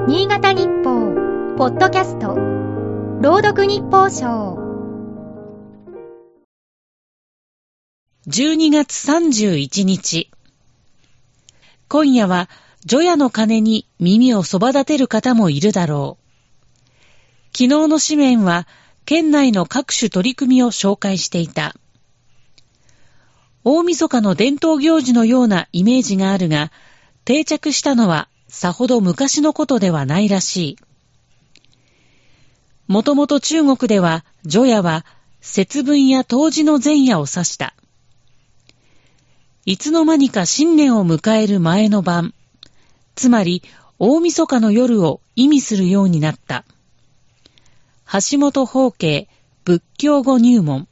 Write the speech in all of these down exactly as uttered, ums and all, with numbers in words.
新潟日報ポッドキャスト朗読日報賞じゅうにがつさんじゅういちにち、今夜は除夜の鐘に耳をそば立てる方もいるだろう。昨日の紙面は県内の各種取り組みを紹介していた。大晦日の伝統行事のようなイメージがあるが、定着したのはさほど昔のことではないらしい。もともと中国では除夜は節分や冬至の前夜を指した。いつの間にか新年を迎える前の晩、つまり大晦日の夜を意味するようになった。橋本法慶仏教語入門。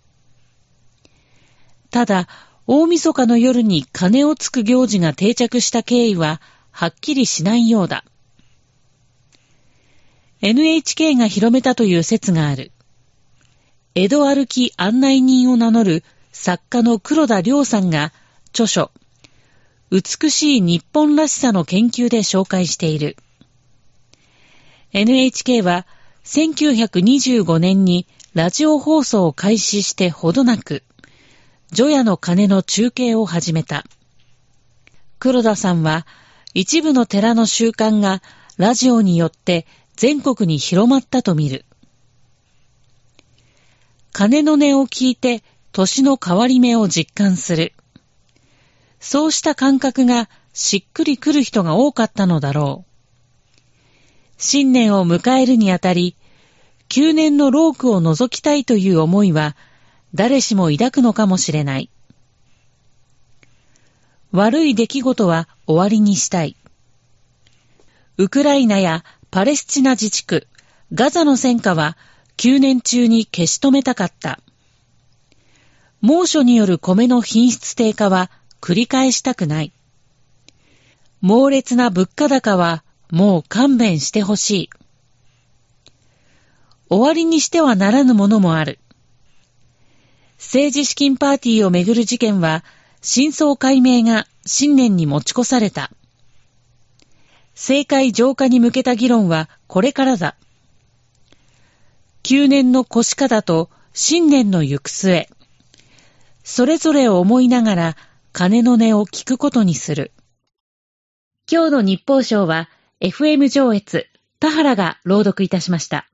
ただ、大晦日の夜に鐘をつく行事が定着した経緯ははっきりしないようだ。エヌエイチケー が広めたという説がある。江戸歩き案内人を名乗る作家の黒田良さんが著書、美しい日本らしさの研究で紹介している。エヌエイチケー はせんきゅうひゃくにじゅうごねんにラジオ放送を開始してほどなく、除夜の鐘の中継を始めた。黒田さんは、一部の寺の習慣がラジオによって全国に広まったと見る。鐘の音を聞いて年の変わり目を実感する。そうした感覚がしっくりくる人が多かったのだろう。新年を迎えるにあたり、旧年の労苦を除きたいという思いは誰しも抱くのかもしれない。悪い出来事は終わりにしたい。ウクライナやパレスチナ自治区、ガザの戦火は旧年中に消し止めたかった。猛暑による米の品質低下は繰り返したくない。猛烈な物価高はもう勘弁してほしい。終わりにしてはならぬものもある。政治資金パーティーをめぐる事件は、真相解明が新年に持ち越された。政界浄化に向けた議論はこれからだ。旧年の越し方と新年の行く末、それぞれを思いながら鐘の音を聞くことにする。今日の日報賞は エフエム 上越、田原が朗読いたしました。